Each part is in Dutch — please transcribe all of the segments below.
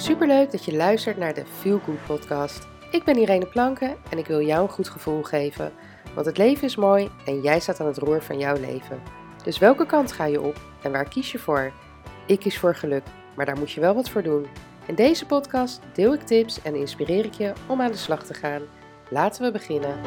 Superleuk dat je luistert naar de Feel Good podcast. Ik ben Irene Planken en ik wil jou een goed gevoel geven. Want het leven is mooi en jij staat aan het roer van jouw leven. Dus welke kant ga je op en waar kies je voor? Ik kies voor geluk, maar daar moet je wel wat voor doen. In deze podcast deel ik tips en inspireer ik je om aan de slag te gaan. Laten we beginnen.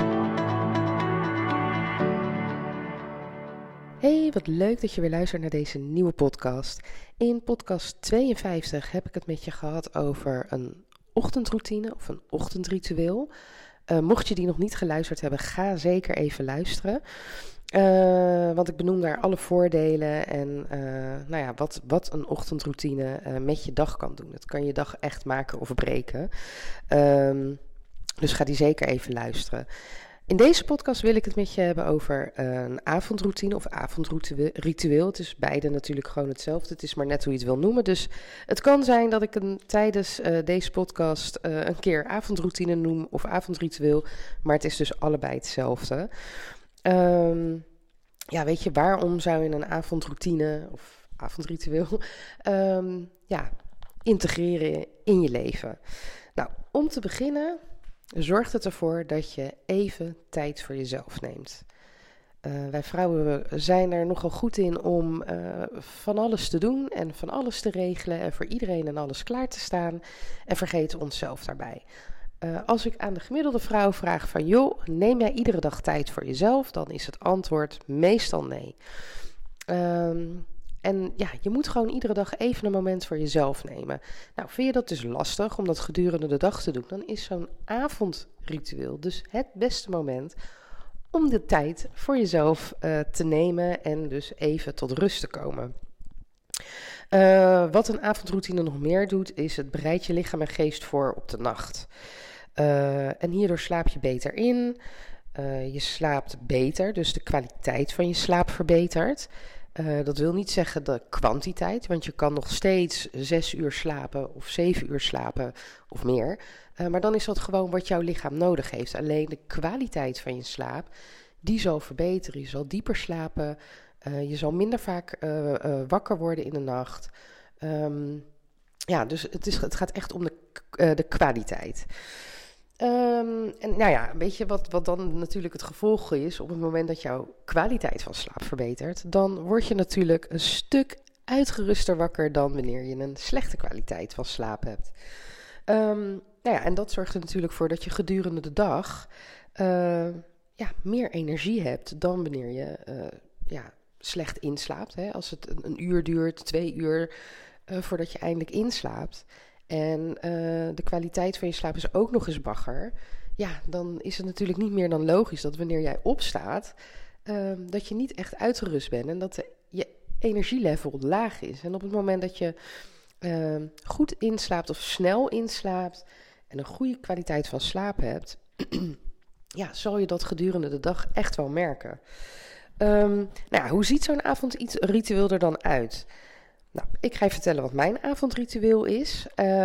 Hey, wat leuk dat je weer luistert naar deze nieuwe podcast. In podcast 52 heb ik het met je gehad over een ochtendroutine of een ochtendritueel. Mocht je die nog niet geluisterd hebben, ga zeker even luisteren. Want ik benoem daar alle voordelen en wat een ochtendroutine met je dag kan doen. Het kan je dag echt maken of breken. Dus ga die zeker even luisteren. In deze podcast wil ik het met je hebben over een avondroutine of avondritueel. Het is beide natuurlijk gewoon hetzelfde. Het is maar net hoe je het wil noemen. Dus het kan zijn dat ik tijdens deze podcast een keer avondroutine noem of avondritueel. Maar het is dus allebei hetzelfde. Weet je, waarom zou je een avondroutine of avondritueel integreren in je leven? Nou, om te beginnen zorgt het ervoor dat je even tijd voor jezelf neemt. Wij vrouwen zijn er nogal goed in om van alles te doen en van alles te regelen en voor iedereen en alles klaar te staan en vergeten onszelf daarbij. Als ik aan de gemiddelde vrouw vraag van joh, neem jij iedere dag tijd voor jezelf? Dan is het antwoord meestal nee. Je moet gewoon iedere dag even een moment voor jezelf nemen. Nou, vind je dat dus lastig om dat gedurende de dag te doen? Dan is zo'n avondritueel dus het beste moment om de tijd voor jezelf te nemen en dus even tot rust te komen. Wat een avondroutine nog meer doet, is het bereidt je lichaam en geest voor op de nacht. En hierdoor slaap je beter in. Je slaapt beter, dus de kwaliteit van je slaap verbetert. Dat wil niet zeggen de kwantiteit, want je kan nog steeds 6 uur slapen of 7 uur slapen of meer. Maar dan is dat gewoon wat jouw lichaam nodig heeft. Alleen de kwaliteit van je slaap, die zal verbeteren. Je zal dieper slapen, je zal minder vaak wakker worden in de nacht. Dus het gaat echt om de kwaliteit. Weet je wat dan natuurlijk het gevolg is op het moment dat jouw kwaliteit van slaap verbetert, dan word je natuurlijk een stuk uitgeruster wakker dan wanneer je een slechte kwaliteit van slaap hebt. En dat zorgt er natuurlijk voor dat je gedurende de dag meer energie hebt dan wanneer je slecht inslaapt. Hè? Als het een uur duurt, 2 uur voordat je eindelijk inslaapt. En de kwaliteit van je slaap is ook nog eens bagger. Ja, dan is het natuurlijk niet meer dan logisch dat wanneer jij opstaat, dat je niet echt uitgerust bent en dat je energielevel laag is. En op het moment dat je goed inslaapt of snel inslaapt en een goede kwaliteit van slaap hebt, zal je dat gedurende de dag echt wel merken. Hoe ziet zo'n avondritueel er dan uit? Nou, ik ga je vertellen wat mijn avondritueel is.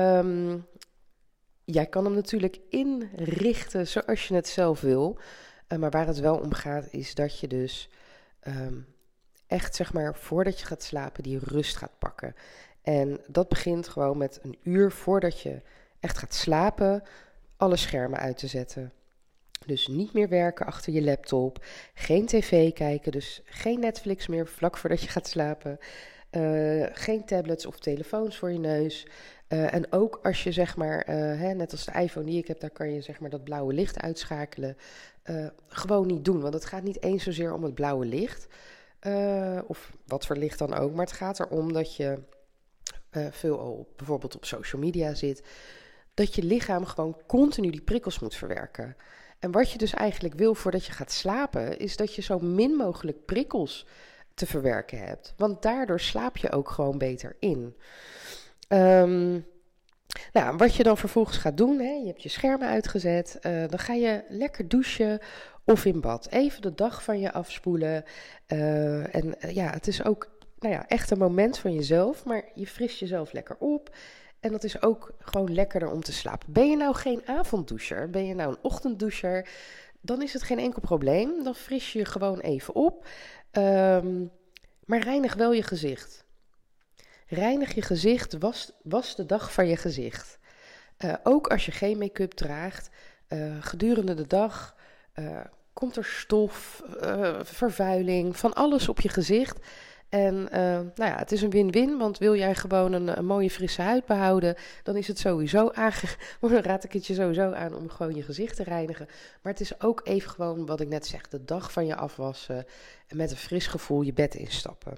Jij kan hem natuurlijk inrichten zoals je het zelf wil. Maar waar het wel om gaat is dat je dus echt zeg maar voordat je gaat slapen die rust gaat pakken. En dat begint gewoon met een uur voordat je echt gaat slapen alle schermen uit te zetten. Dus niet meer werken achter je laptop, geen tv kijken, dus geen Netflix meer vlak voordat je gaat slapen. Geen tablets of telefoons voor je neus. En ook als je zeg maar, net als de iPhone die ik heb, daar kan je zeg maar dat blauwe licht uitschakelen. Gewoon niet doen, want het gaat niet eens zozeer om het blauwe licht. Of wat voor licht dan ook. Maar het gaat erom dat je bijvoorbeeld op social media zit. Dat je lichaam gewoon continu die prikkels moet verwerken. En wat je dus eigenlijk wil voordat je gaat slapen, is dat je zo min mogelijk prikkels te verwerken hebt. Want daardoor slaap je ook gewoon beter in. Wat je dan vervolgens gaat doen, je hebt je schermen uitgezet, dan ga je lekker douchen of in bad. Even de dag van je afspoelen. Het is ook echt een moment van jezelf, maar je frist jezelf lekker op. En dat is ook gewoon lekkerder om te slapen. Ben je nou geen avonddoucher, ben je nou een ochtenddoucher, dan is het geen enkel probleem. Dan fris je gewoon even op. Maar reinig wel je gezicht. Reinig je gezicht, was de dag van je gezicht. Ook als je geen make-up draagt, gedurende de dag komt er stof, vervuiling, van alles op je gezicht. En nou ja, het is een win-win, want wil jij gewoon een mooie frisse huid behouden, dan is het sowieso dan raad ik het je sowieso aan om gewoon je gezicht te reinigen. Maar het is ook even gewoon wat ik net zeg, de dag van je afwassen en met een fris gevoel je bed instappen.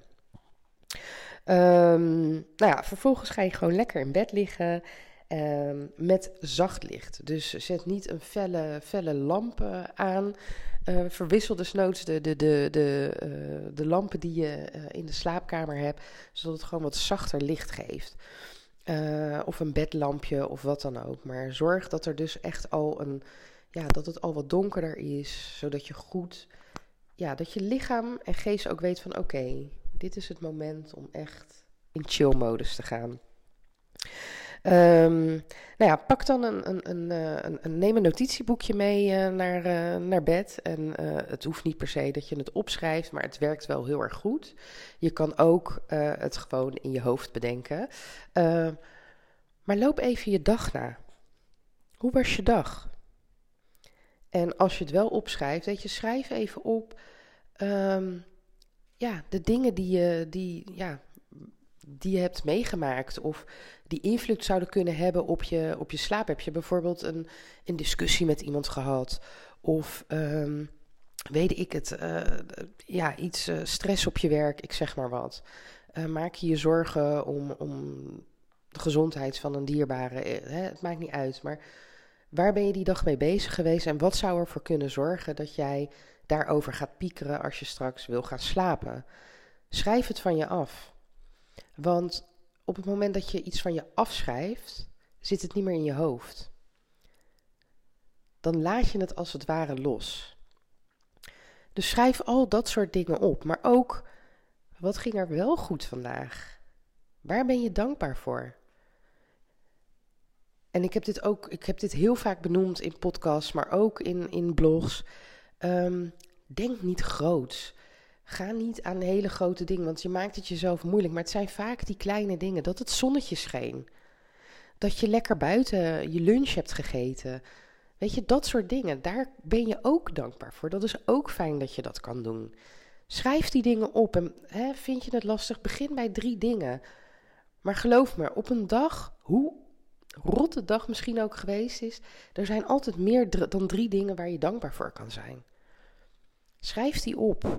Nou ja, vervolgens ga je gewoon lekker in bed liggen met zacht licht. Dus zet niet een felle lamp aan. Verwissel desnoods de lampen die je in de slaapkamer hebt, zodat het gewoon wat zachter licht geeft. Of een bedlampje of wat dan ook. Maar zorg dat er dus echt dat het al wat donkerder is, zodat je dat je lichaam en geest ook weet van oké, dit is het moment om echt in chill-modus te gaan. Nou ja, pak dan neem een notitieboekje mee naar bed. En het hoeft niet per se dat je het opschrijft, maar het werkt wel heel erg goed. Je kan ook het gewoon in je hoofd bedenken. Maar loop even je dag na. Hoe was je dag? En als je het wel opschrijft, weet je, schrijf even op de dingen die je hebt meegemaakt of die invloed zouden kunnen hebben op je slaap. Heb je bijvoorbeeld een discussie met iemand gehad of weet ik het, iets stress op je werk, ik zeg maar wat. Maak je zorgen om de gezondheid van een dierbare, het maakt niet uit, maar waar ben je die dag mee bezig geweest en wat zou ervoor kunnen zorgen dat jij daarover gaat piekeren als je straks wil gaan slapen? Schrijf het van je af. Want op het moment dat je iets van je afschrijft, zit het niet meer in je hoofd. Dan laat je het als het ware los. Dus schrijf al dat soort dingen op. Maar ook, wat ging er wel goed vandaag? Waar ben je dankbaar voor? En ik heb dit heel vaak benoemd in podcasts, maar ook in blogs. Denk niet groots. Ga niet aan hele grote dingen, want je maakt het jezelf moeilijk. Maar het zijn vaak die kleine dingen. Dat het zonnetje scheen. Dat je lekker buiten je lunch hebt gegeten. Weet je, dat soort dingen. Daar ben je ook dankbaar voor. Dat is ook fijn dat je dat kan doen. Schrijf die dingen op. En vind je het lastig? Begin bij 3 dingen. Maar geloof me, op een dag, hoe rot de dag misschien ook geweest is, er zijn altijd meer dan 3 dingen waar je dankbaar voor kan zijn. Schrijf die op.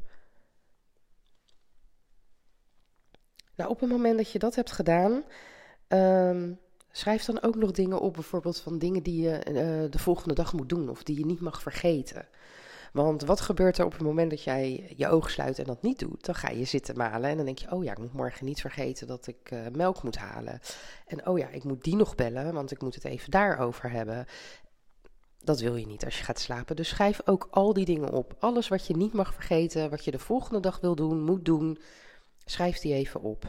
Nou, op het moment dat je dat hebt gedaan, schrijf dan ook nog dingen op, bijvoorbeeld van dingen die je de volgende dag moet doen of die je niet mag vergeten. Want wat gebeurt er op het moment dat jij je ogen sluit en dat niet doet? Dan ga je zitten malen en dan denk je, oh ja, ik moet morgen niet vergeten dat ik melk moet halen. En oh ja, ik moet die nog bellen, want ik moet het even daarover hebben. Dat wil je niet als je gaat slapen. Dus schrijf ook al die dingen op. Alles wat je niet mag vergeten, wat je de volgende dag wil doen, moet doen, schrijf die even op.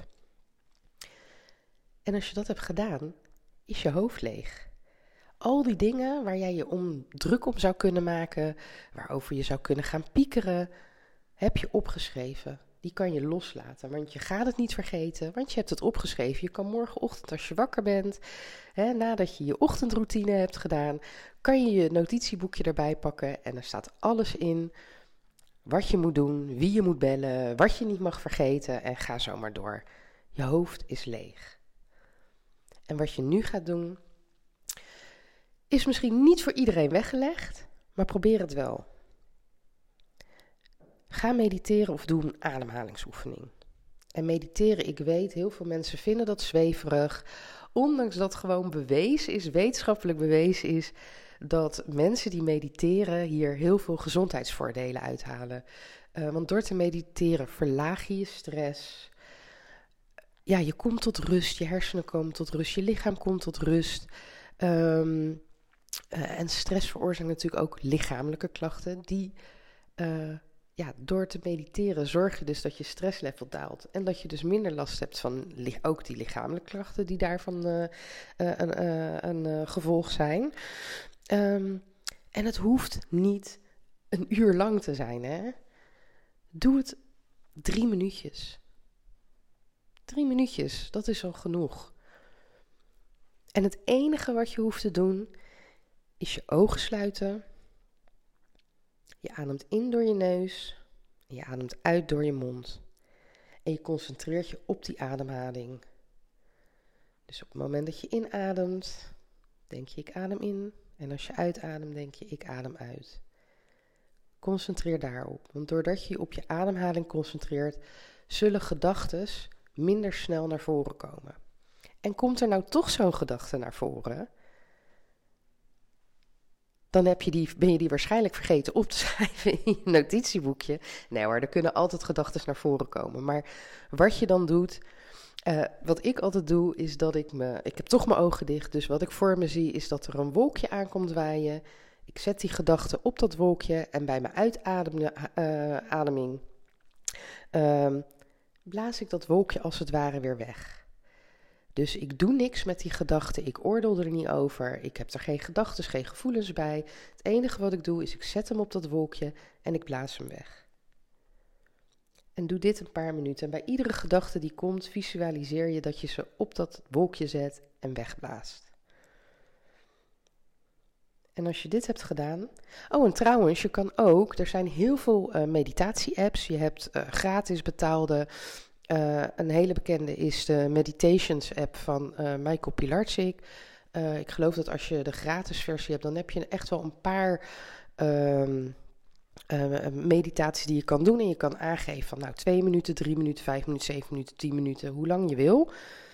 En als je dat hebt gedaan, is je hoofd leeg. Al die dingen waar jij je druk om zou kunnen maken, waarover je zou kunnen gaan piekeren, heb je opgeschreven. Die kan je loslaten, want je gaat het niet vergeten, want je hebt het opgeschreven. Je kan morgenochtend als je wakker bent, nadat je je ochtendroutine hebt gedaan, kan je je notitieboekje erbij pakken en er staat alles in. Wat je moet doen, wie je moet bellen, wat je niet mag vergeten en ga zo maar door. Je hoofd is leeg. En wat je nu gaat doen, is misschien niet voor iedereen weggelegd, maar probeer het wel. Ga mediteren of doe een ademhalingsoefening. En mediteren, ik weet, heel veel mensen vinden dat zweverig. Ondanks dat gewoon bewezen is, wetenschappelijk bewezen is, dat mensen die mediteren hier heel veel gezondheidsvoordelen uithalen. Want door te mediteren verlaag je je stress. Ja, je komt tot rust, je hersenen komen tot rust, je lichaam komt tot rust. En stress veroorzaakt natuurlijk ook lichamelijke klachten. Door te mediteren zorg je dus dat je stresslevel daalt. En dat je dus minder last hebt van ook die lichamelijke klachten die daarvan een gevolg zijn. En het hoeft niet een uur lang te zijn, hè. Doe het 3 minuutjes. 3 minuutjes, dat is al genoeg. En het enige wat je hoeft te doen, is je ogen sluiten. Je ademt in door je neus. En je ademt uit door je mond. En je concentreert je op die ademhaling. Dus op het moment dat je inademt, denk je ik adem in. En als je uitademt, denk je ik adem uit. Concentreer daarop. Want doordat je je op je ademhaling concentreert, zullen gedachten minder snel naar voren komen. En komt er nou toch zo'n gedachte naar voren, dan ben je die waarschijnlijk vergeten op te schrijven in je notitieboekje. Nee hoor, er kunnen altijd gedachten naar voren komen. Maar wat je dan doet, wat ik altijd doe, is dat ik heb toch mijn ogen dicht. Dus wat ik voor me zie, is dat er een wolkje aankomt waaien. Ik zet die gedachte op dat wolkje en bij mijn uitademing blaas ik dat wolkje als het ware weer weg. Dus ik doe niks met die gedachten, ik oordeel er niet over, ik heb er geen gedachten, geen gevoelens bij. Het enige wat ik doe is ik zet hem op dat wolkje en ik blaas hem weg. En doe dit een paar minuten. En bij iedere gedachte die komt, visualiseer je dat je ze op dat wolkje zet en wegblaast. En als je dit hebt gedaan... Oh, en trouwens, je kan ook... Er zijn heel veel meditatie-apps. Je hebt gratis betaalde... een hele bekende is de Meditations-app van Michael Pilarczyk. Ik geloof dat als je de gratis versie hebt, dan heb je echt wel een paar meditaties die je kan doen. En je kan aangeven van 2 minuten, 3 minuten, 5 minuten, 7 minuten, 10 minuten, hoe lang je wil.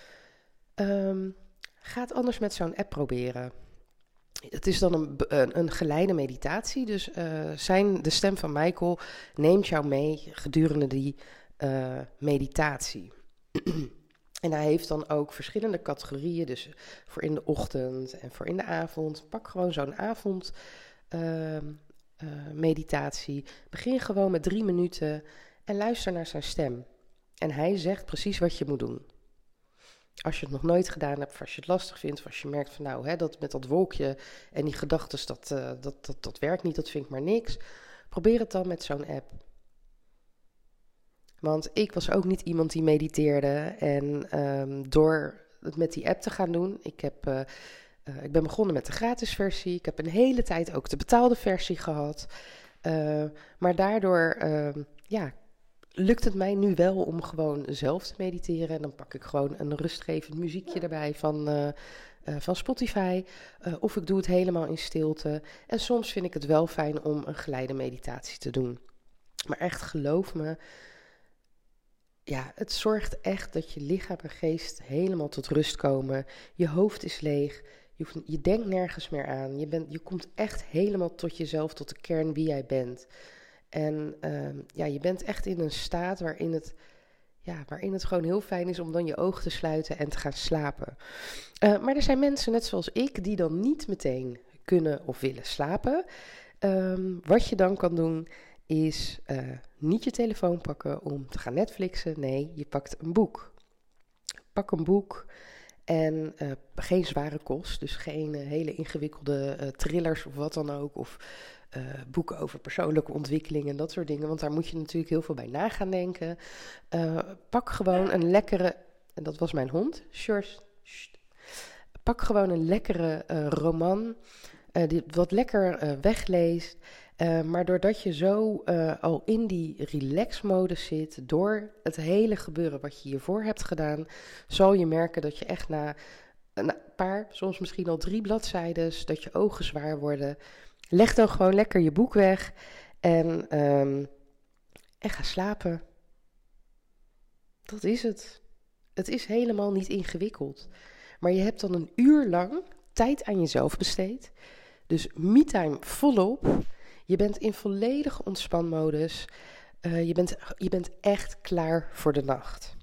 Ga het anders met zo'n app proberen. Het is dan een geleide meditatie. Dus de stem van Michael neemt jou mee gedurende die meditatie. En hij heeft dan ook verschillende categorieën. Dus voor in de ochtend en voor in de avond. Pak gewoon zo'n avond meditatie. Begin gewoon met 3 minuten en luister naar zijn stem. En hij zegt precies wat je moet doen. Als je het nog nooit gedaan hebt, of als je het lastig vindt, of als je merkt van dat met dat wolkje en die gedachten, dat werkt niet, dat vind ik maar niks. Probeer het dan met zo'n app. Want ik was ook niet iemand die mediteerde en door het met die app te gaan doen, ik ben begonnen met de gratis versie, ik heb een hele tijd ook de betaalde versie gehad. Maar daardoor, lukt het mij nu wel om gewoon zelf te mediteren. En dan pak ik gewoon een rustgevend muziekje erbij van Spotify. Of ik doe het helemaal in stilte. En soms vind ik het wel fijn om een geleide meditatie te doen. Maar echt, geloof me. Ja, het zorgt echt dat je lichaam en geest helemaal tot rust komen. Je hoofd is leeg. Je denkt nergens meer aan. Je komt echt helemaal tot jezelf, tot de kern wie jij bent. En je bent echt in een staat waarin het gewoon heel fijn is om dan je ogen te sluiten en te gaan slapen. Maar er zijn mensen, net zoals ik, die dan niet meteen kunnen of willen slapen. Wat je dan kan doen is niet je telefoon pakken om te gaan Netflixen. Nee, je pakt een boek. Pak een boek en geen zware kost. Dus geen hele ingewikkelde thrillers of wat dan ook. Of boeken over persoonlijke ontwikkeling en dat soort dingen. Want daar moet je natuurlijk heel veel bij na gaan denken. Pak gewoon een lekkere... En dat was mijn hond. Pak gewoon een lekkere roman. Die wat lekker wegleest. Maar doordat je zo al in die relax-modus zit, door het hele gebeuren wat je hiervoor hebt gedaan, zal je merken dat je echt na een paar, soms misschien al 3 bladzijden, dat je ogen zwaar worden. Leg dan gewoon lekker je boek weg en ga slapen. Dat is het. Het is helemaal niet ingewikkeld. Maar je hebt dan een uur lang tijd aan jezelf besteed. Dus me-time volop. Je bent in volledige ontspanmodus. Je bent echt klaar voor de nacht.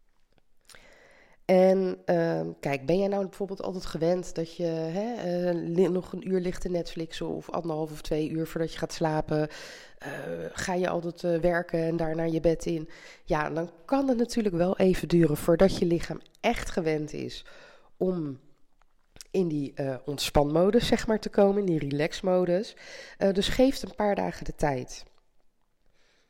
En kijk, ben jij nou bijvoorbeeld altijd gewend dat je nog een uur ligt te Netflixen of 1,5 of 2 uur voordat je gaat slapen? Ga je altijd werken en daarna je bed in? Ja, dan kan het natuurlijk wel even duren voordat je lichaam echt gewend is om in die ontspanmodus, zeg maar, te komen, in die relaxmodus. Dus geef het een paar dagen de tijd.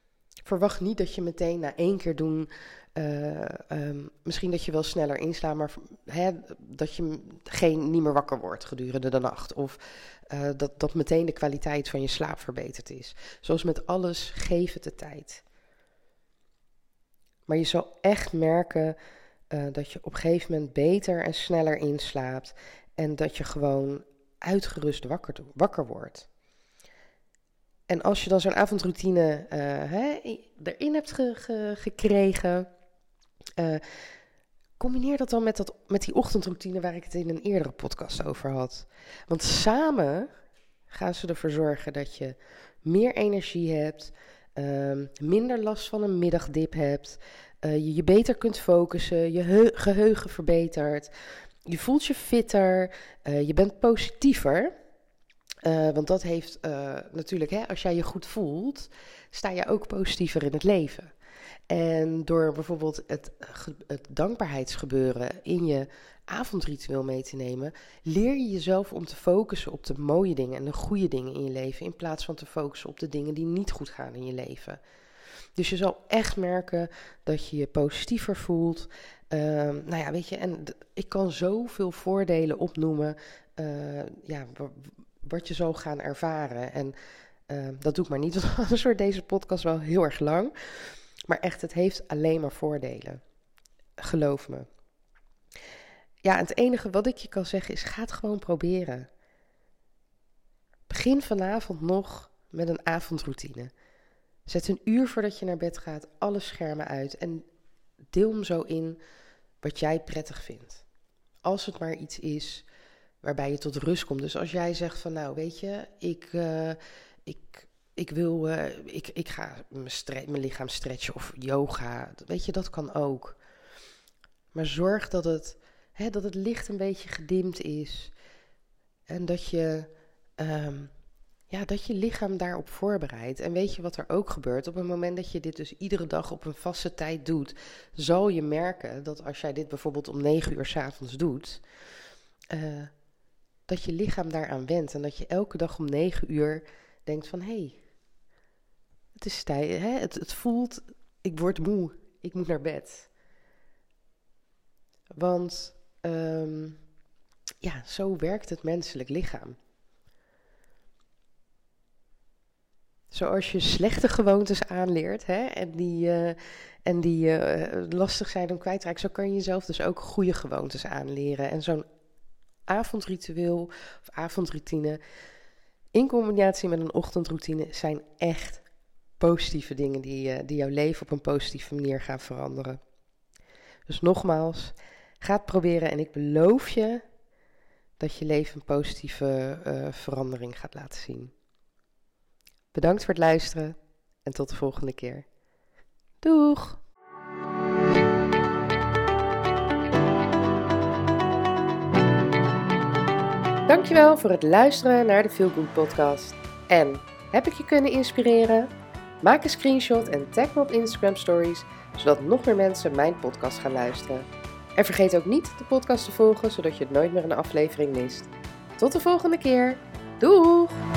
verwacht niet dat je meteen na 1 keer doen, misschien dat je wel sneller inslaat, maar dat je niet meer wakker wordt gedurende de nacht. Of dat meteen de kwaliteit van je slaap verbeterd is. Zoals met alles, geef het de tijd. Maar je zal echt merken dat je op een gegeven moment beter en sneller inslaapt. En dat je gewoon uitgerust wakker wordt. En als je dan zo'n avondroutine erin hebt gekregen, combineer dat dan met die ochtendroutine waar ik het in een eerdere podcast over had. Want samen gaan ze ervoor zorgen dat je meer energie hebt, minder last van een middagdip hebt, je beter kunt focussen, je geheugen verbetert, je voelt je fitter, je bent positiever. Want dat heeft natuurlijk, als jij je goed voelt, sta je ook positiever in het leven. En door bijvoorbeeld het dankbaarheidsgebeuren in je avondritueel mee te nemen, leer je jezelf om te focussen op de mooie dingen en de goede dingen in je leven, in plaats van te focussen op de dingen die niet goed gaan in je leven. Dus je zal echt merken dat je je positiever voelt. Weet je, en ik kan zoveel voordelen opnoemen, wat je zal gaan ervaren. En dat doe ik maar niet, want anders wordt deze podcast wel heel erg lang. Maar echt, het heeft alleen maar voordelen. Geloof me. Ja, het enige wat ik je kan zeggen is, ga het gewoon proberen. Begin vanavond nog met een avondroutine. Zet 1 uur voordat je naar bed gaat alle schermen uit en deel hem zo in wat jij prettig vindt. Als het maar iets is waarbij je tot rust komt. Dus als jij zegt van, nou weet je, ik ga mijn lichaam stretchen of yoga. Weet je, dat kan ook. Maar zorg dat het licht een beetje gedimd is. En dat je lichaam daarop voorbereidt. En weet je wat er ook gebeurt? Op het moment dat je dit dus iedere dag op een vaste tijd doet, zal je merken dat als jij dit bijvoorbeeld om 9 uur 's avonds doet, dat je lichaam daaraan wendt. En dat je elke dag om 9 uur denkt van, het is tijd. Het voelt, ik word moe, ik moet naar bed. Want zo werkt het menselijk lichaam. Zoals je slechte gewoontes aanleert en die lastig zijn om kwijt te raken, zo kan je jezelf dus ook goede gewoontes aanleren. En zo'n avondritueel of avondroutine in combinatie met een ochtendroutine zijn echt positieve dingen die jouw leven op een positieve manier gaan veranderen. Dus nogmaals, ga het proberen en ik beloof je dat je leven een positieve verandering gaat laten zien. Bedankt voor het luisteren en tot de volgende keer. Doeg! Dankjewel voor het luisteren naar de Feel Good podcast. En, heb ik je kunnen inspireren? Maak een screenshot en tag me op Instagram Stories, zodat nog meer mensen mijn podcast gaan luisteren. En vergeet ook niet de podcast te volgen, zodat je nooit meer een aflevering mist. Tot de volgende keer. Doeg!